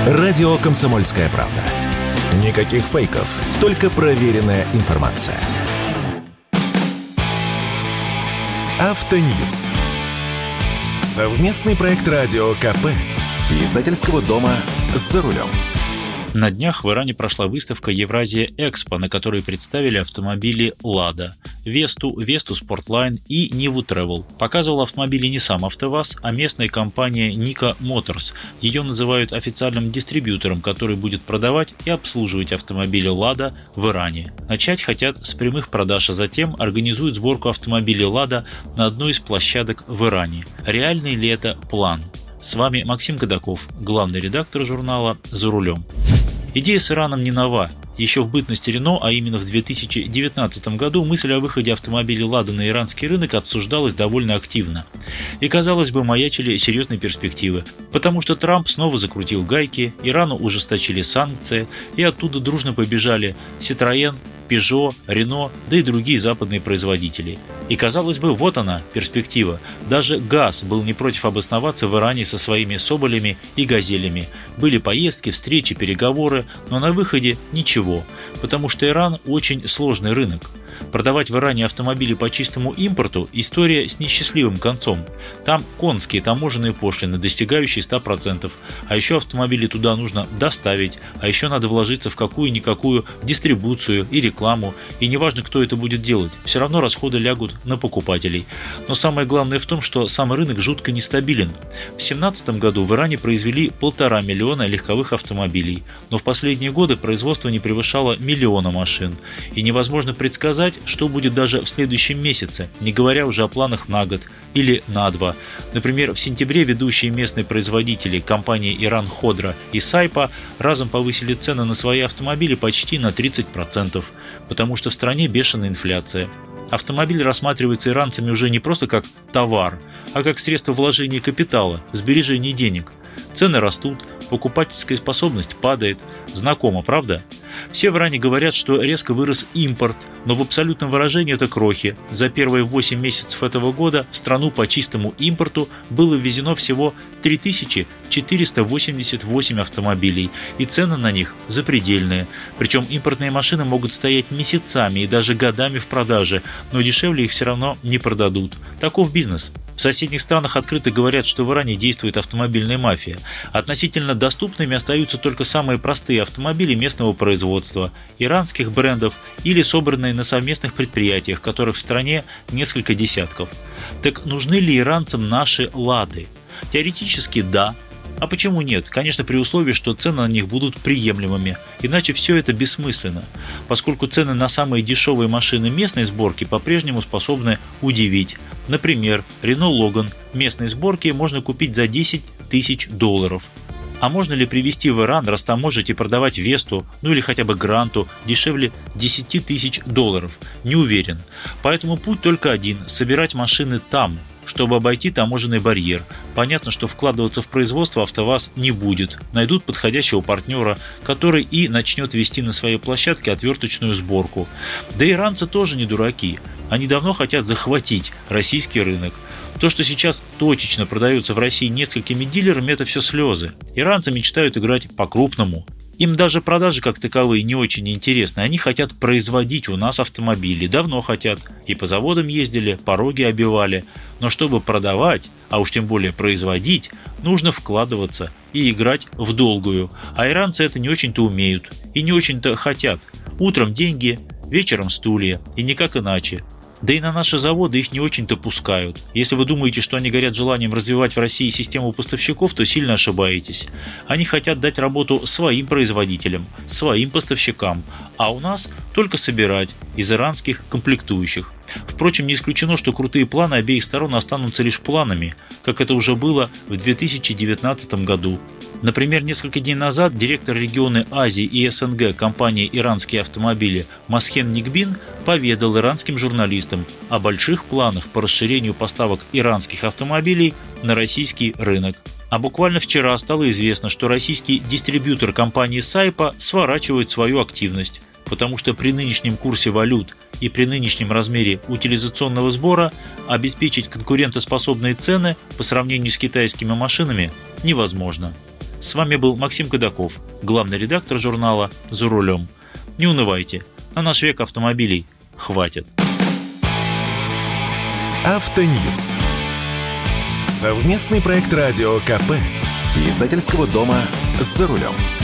Радио «Комсомольская правда». Никаких фейков, только проверенная информация. Автоньюз. Совместный проект Радио КП и издательского дома «За рулем». На днях в Иране прошла выставка Евразия Экспо, на которой представили автомобили Lada, Весту Sportline и Ниву Travel. Показывал автомобили не сам АвтоВАЗ, а местная компания Nikko Motors. Ее называют официальным дистрибьютором, который будет продавать и обслуживать автомобили Lada в Иране. Начать хотят с прямых продаж, а затем организуют сборку автомобилей Lada на одной из площадок в Иране. Реальный ли это план? С вами Максим Кадаков, главный редактор журнала «За рулем». Идея с Ираном не нова. Еще в бытности Рено, а именно в 2019 году, мысль о выходе автомобилей Lada на иранский рынок обсуждалась довольно активно. И, казалось бы, маячили серьезные перспективы, потому что Трамп снова закрутил гайки, Ирану ужесточили санкции, и оттуда дружно побежали Citroën, Peugeot, Renault, да и другие западные производители. И, казалось бы, вот она, перспектива. Даже ГАЗ был не против обосноваться в Иране со своими Соболями и Газелями. Были поездки, встречи, переговоры, но на выходе ничего, потому что Иран очень сложный рынок. Продавать в Иране автомобили по чистому импорту – история с несчастливым концом. Там конские таможенные пошлины, достигающие 100%, а еще автомобили туда нужно доставить, а еще надо вложиться в какую-никакую дистрибуцию и рекламу, и неважно, кто это будет делать, все равно расходы лягут на покупателей. Но самое главное в том, что сам рынок жутко нестабилен. В 2017 году в Иране произвели 1,5 миллиона легковых автомобилей, но в последние годы производство не превышало 1 миллиона машин, и невозможно предсказать, что будет даже в следующем месяце, не говоря уже о планах на год или на 2. Например, в сентябре ведущие местные производители компании Иран Ходра и Сайпа разом повысили цены на свои автомобили почти на 30%, потому что в стране бешеная инфляция. Автомобиль рассматривается иранцами уже не просто как товар, а как средство вложения капитала, сбережения денег. Цены растут, покупательская способность падает. Знакомо, правда? Все в Иране говорят, что резко вырос импорт, но в абсолютном выражении это крохи. За первые 8 месяцев этого года в страну по чистому импорту было ввезено всего 3488 автомобилей, и цены на них запредельные. Причем импортные машины могут стоять месяцами и даже годами в продаже, но дешевле их все равно не продадут. Таков бизнес. В соседних странах открыто говорят, что в Иране действует автомобильная мафия. Относительно доступными остаются только самые простые автомобили местного производства, иранских брендов или собранные на совместных предприятиях, которых в стране несколько десятков. Так нужны ли иранцам наши «Лады»? Теоретически да. А почему нет? Конечно, при условии, что цены на них будут приемлемыми. Иначе все это бессмысленно, поскольку цены на самые дешевые машины местной сборки по-прежнему способны удивить. Например, Renault Logan местной сборки можно купить за $10 тысяч. А можно ли привезти в Иран, растаможить и продавать Весту, ну или хотя бы Гранту, дешевле $10 тысяч? Не уверен. Поэтому путь только один – собирать машины там, чтобы обойти таможенный барьер. Понятно, что вкладываться в производство АвтоВАЗ не будет. Найдут подходящего партнера, который и начнет вести на своей площадке отверточную сборку. Да и иранцы тоже не дураки. Они давно хотят захватить российский рынок. То, что сейчас точечно продается в России несколькими дилерами, это все слезы. Иранцы мечтают играть по-крупному. Им даже продажи как таковые не очень интересны. Они хотят производить у нас автомобили. Давно хотят. И по заводам ездили, пороги обивали. Но чтобы продавать, а уж тем более производить, нужно вкладываться и играть в долгую. А иранцы это не очень-то умеют. И не очень-то хотят. Утром деньги, вечером стулья. И никак иначе. Да и на наши заводы их не очень-то пускают. Если вы думаете, что они горят желанием развивать в России систему поставщиков, то сильно ошибаетесь. Они хотят дать работу своим производителям, своим поставщикам, а у нас только собирать из иранских комплектующих. Впрочем, не исключено, что крутые планы обеих сторон останутся лишь планами, как это уже было в 2019 году. Например, несколько дней назад директор региона Азии и СНГ компании «Иранские автомобили» Масхен Никбин поведал иранским журналистам о больших планах по расширению поставок иранских автомобилей на российский рынок. А буквально вчера стало известно, что российский дистрибьютор компании Сайпа сворачивает свою активность, потому что при нынешнем курсе валют и при нынешнем размере утилизационного сбора обеспечить конкурентоспособные цены по сравнению с китайскими машинами невозможно. С вами был Максим Кадаков, главный редактор журнала «За рулем». Не унывайте, на наш век автомобилей хватит. Автоньюз. Совместный проект радио КП. Издательского дома «За рулем».